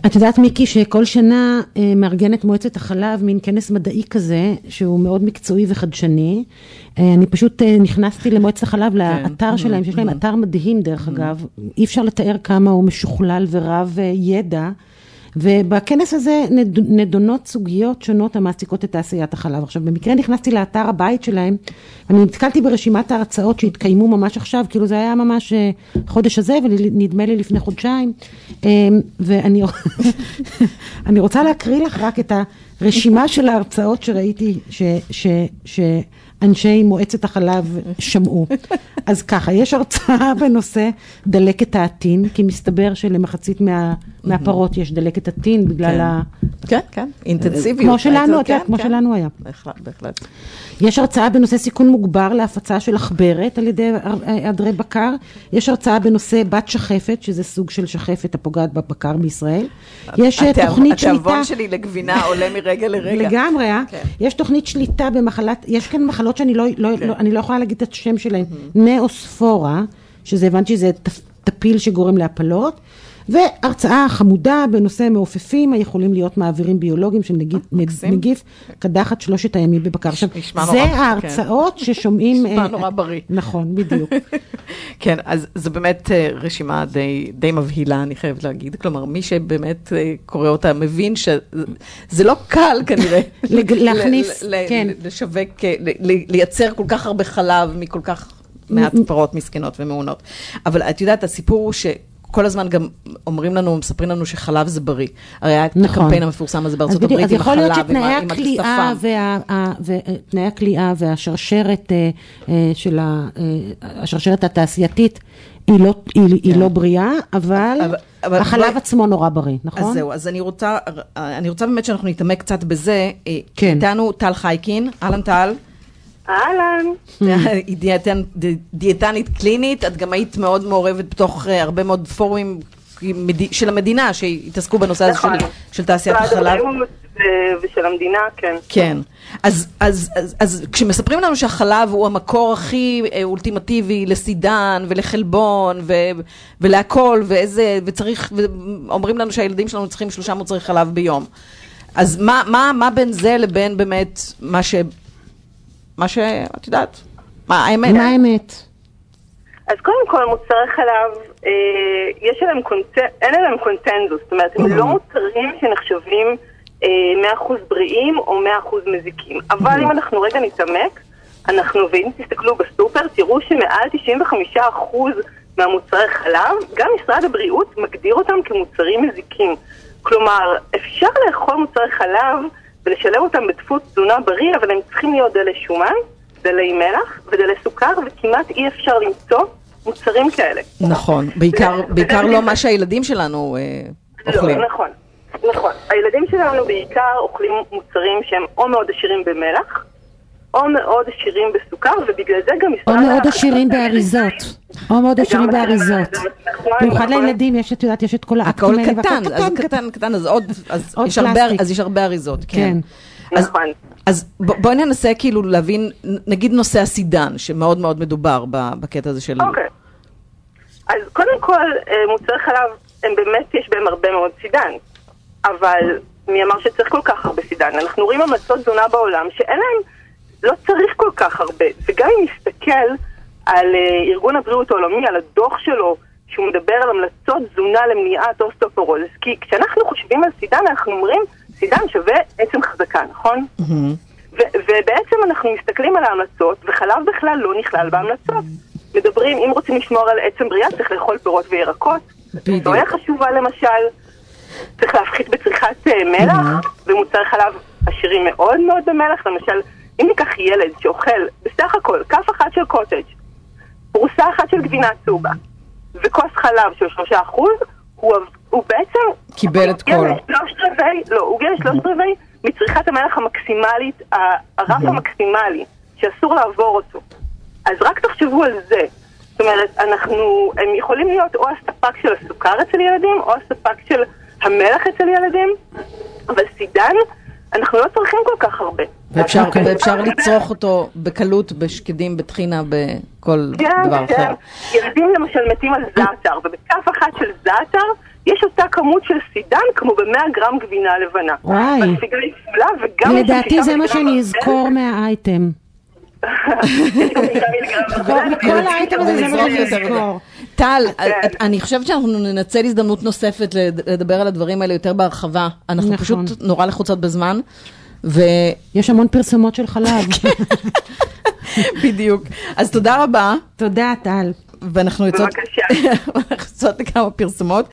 את יודעת מיקי שכל שנה מארגנת מועצת החלב מין כנס מדעי כזה שהוא מאוד מקצועי וחדשני. אני פשוט נכנסתי למועצת החלב לאתר שלהם, שיש להם אתר מדהים דרך אגב, אי אפשר לתאר כמה הוא משוכלל ורב ידע, ובכנס הזה נדונות סוגיות שונות המעסיקות את תעשיית החלב. עכשיו, במקרה נכנסתי לאתר הבית שלהם, אני נתקלתי ברשימת ההרצאות שהתקיימו ממש עכשיו, כאילו זה היה ממש חודש הזה, ונדמה לי לפני חודשיים, ואני אני רוצה להקריא לך רק את הרשימה של ההרצאות שראיתי, אנשי מועצת החלב שמעו. אז ככה, יש הרצאה בנושא דלקת העתין, כי מסתבר שלמחצית מהפרות יש דלקת העתין בגלל כן, כן, אינטנסיביות. כמו שלנו, כמו שלנו היה. בהחלט. יש הרצאה בנושא סיכון מוגבר להפצה של עכברת על ידי עדרי בקר. יש הרצאה בנושא בת שחפת, שזה סוג של שחפת הפוגעת בבקר בישראל. יש תוכנית שליטה. התיאבון שלי לגבינה עולה מרגע לרגע. לגמרי, יש תוכנית שליטה במחלת, יש כאן מחלות שאני לא יכולה להגיד את השם שלהן, נאוספורה, שזה הבנתי שזה טפיל שגורם להפלות, והרצאה חמודה בנושא מעופפים היכולים להיות מעבירים ביולוגיים של נגיף קדחת 3 הימים בבקר. עכשיו, זה ההרצאות ששומעים... נשמע נורא בריא. נכון, בדיוק. כן, אז זו באמת רשימה די מבהילה, אני חייבת להגיד. כלומר, מי שבאמת קורא אותה מבין שזה לא קל כנראה להכניס, כן. לשווק, לייצר כל כך הרבה חלב מכל כך מעט פרות מסכנות ומעונות. אבל את יודעת, הסיפור הוא כל הזמן גם אומרים לנו, מספרים לנו שחלב זה בריא. הרי היה את הקמפיין המפורסם הזה בארצות הברית עם החלב, עם הכספם. תנאי הכליאה והשרשרת של השרשרת התעשייתית היא לא בריאה, אבל החלב עצמו נורא בריא, נכון? אז זהו, אז אני רוצה באמת שאנחנו נתעמק קצת בזה. איתנו טל חייקין, אהלן טל. אהלן. היא דיאטנית קלינית, את גם היית מאוד מעורבת בתוך הרבה מאוד פורומים של המדינה שהתעסקו בנושא הזה של תעשיית החלב. ושל המדינה, כן. כן. אז כשמספרים לנו שהחלב הוא המקור הכי אולטימטיבי לסידן ולחלבון ולהכל, וצריך, אומרים לנו שהילדים שלנו צריכים 3 מוצרי חלב ביום. אז מה בין זה לבין באמת מה שאת יודעת? מה האמת? מה האמת? אז קודם כל, מוצרי חלב, אין עליהם קונצנזוס, זאת אומרת, הם לא מוצרים שנחשבים 100% בריאים או 100% מזיקים. אבל אם אנחנו רגע נתעמק, ואם תסתכלו בסופר, תראו שמעל 95% מהמוצרי חלב, גם משרד הבריאות מגדיר אותם כמוצרים מזיקים. כלומר, אפשר לאכול מוצרי חלב ולשלב אותם בדפוס תזונה בריא, אבל הם צריכים להיות דלי שומן, דלי מלח ודלי סוכר, וכמעט אי אפשר למצוא מוצרים כאלה. נכון, בעיקר לא מה שהילדים שלנו אוכלים. נכון. הילדים שלנו בעיקר אוכלים מוצרים שהם או מאוד עשירים במלח, או מאוד עשירים בסוכר, ובגלל זה גם או מאוד עשירים באריזות. במיוחד לילדים יש, את יודעת, יש את כל הכל קטן, אז יש הרבה אריזות. כן. אז בואי ננסה כאילו להבין, נגיד נושא הסידן, שמאוד מאוד מדובר בקטע הזה של... אוקיי. אז קודם כל, מוצרי חלב, הם באמת, יש בהם הרבה מאוד סידן. אבל מי אמר שצריך כל כך הרבה סידן? אנחנו רואים המלצות תזונה בעולם שאין להם, לא צריך כל כך הרבה. וגם אם נסתכל על ארגון הבריאות העולמי, על הדוח שלו, שהוא מדבר על המלצות תזונה למניעת אוסטאופורוזיס. כי כשאנחנו חושבים על סידן, אנחנו אומרים, סידן שווה עצם חזקה, נכון? ובעצם אנחנו מסתכלים על ההמלצות, וחלב בכלל לא נכלל בהמלצות. מדברים, אם רוצים לשמור על עצם בריאה, צריך לאכול פירות וירקות. סויה חשובה למשל, צריך להפחית בצריכת מלח, ומוצרי חלב עשירים מאוד מאוד במלח. למשל, אם ניקח ילד שאוכל בסך הכל כף אחת של קוטג', פרוסה אחת של גבינה צהובה, וכוס חלב של 3%, הוא בעצם... קיבל את כל... הוא הגיע ל3/4 מצריכת המלח המקסימלית, הרף המקסימלי, שאסור לעבור אותו. אז רק תחשבו על זה. זאת אומרת, הם יכולים להיות או הספק של הסוכר אצל ילדים, או הספק של המלח אצל ילדים, אבל סידן, אנחנו לא צריכים כל כך הרבה. ואפשר לצרוך אותו בקלות, בשקדים, בתחינה, בכל דבר אחר. ילדים למשל מתים על זעתר, ובכף אחת של זעתר יש אותה כמות של סידן כמו ב100 גרם גבינה לבנה. וואי. והסיגה היא סגולה וגם... לדעתי זה מה שאני אזכור מהאייטם. כל האייטם הזה זה מה שאני אזכור. טל, אני חושבת שאנחנו ננצל הזדמנות נוספת לדבר על הדברים האלה יותר בהרחבה. אנחנו פשוט נורא לחוצות בזמן. יש המון פרסומות של חלב. בדיוק. אז תודה רבה. תודה, טל. ואנחנו יוצאות לכמה פרסומות.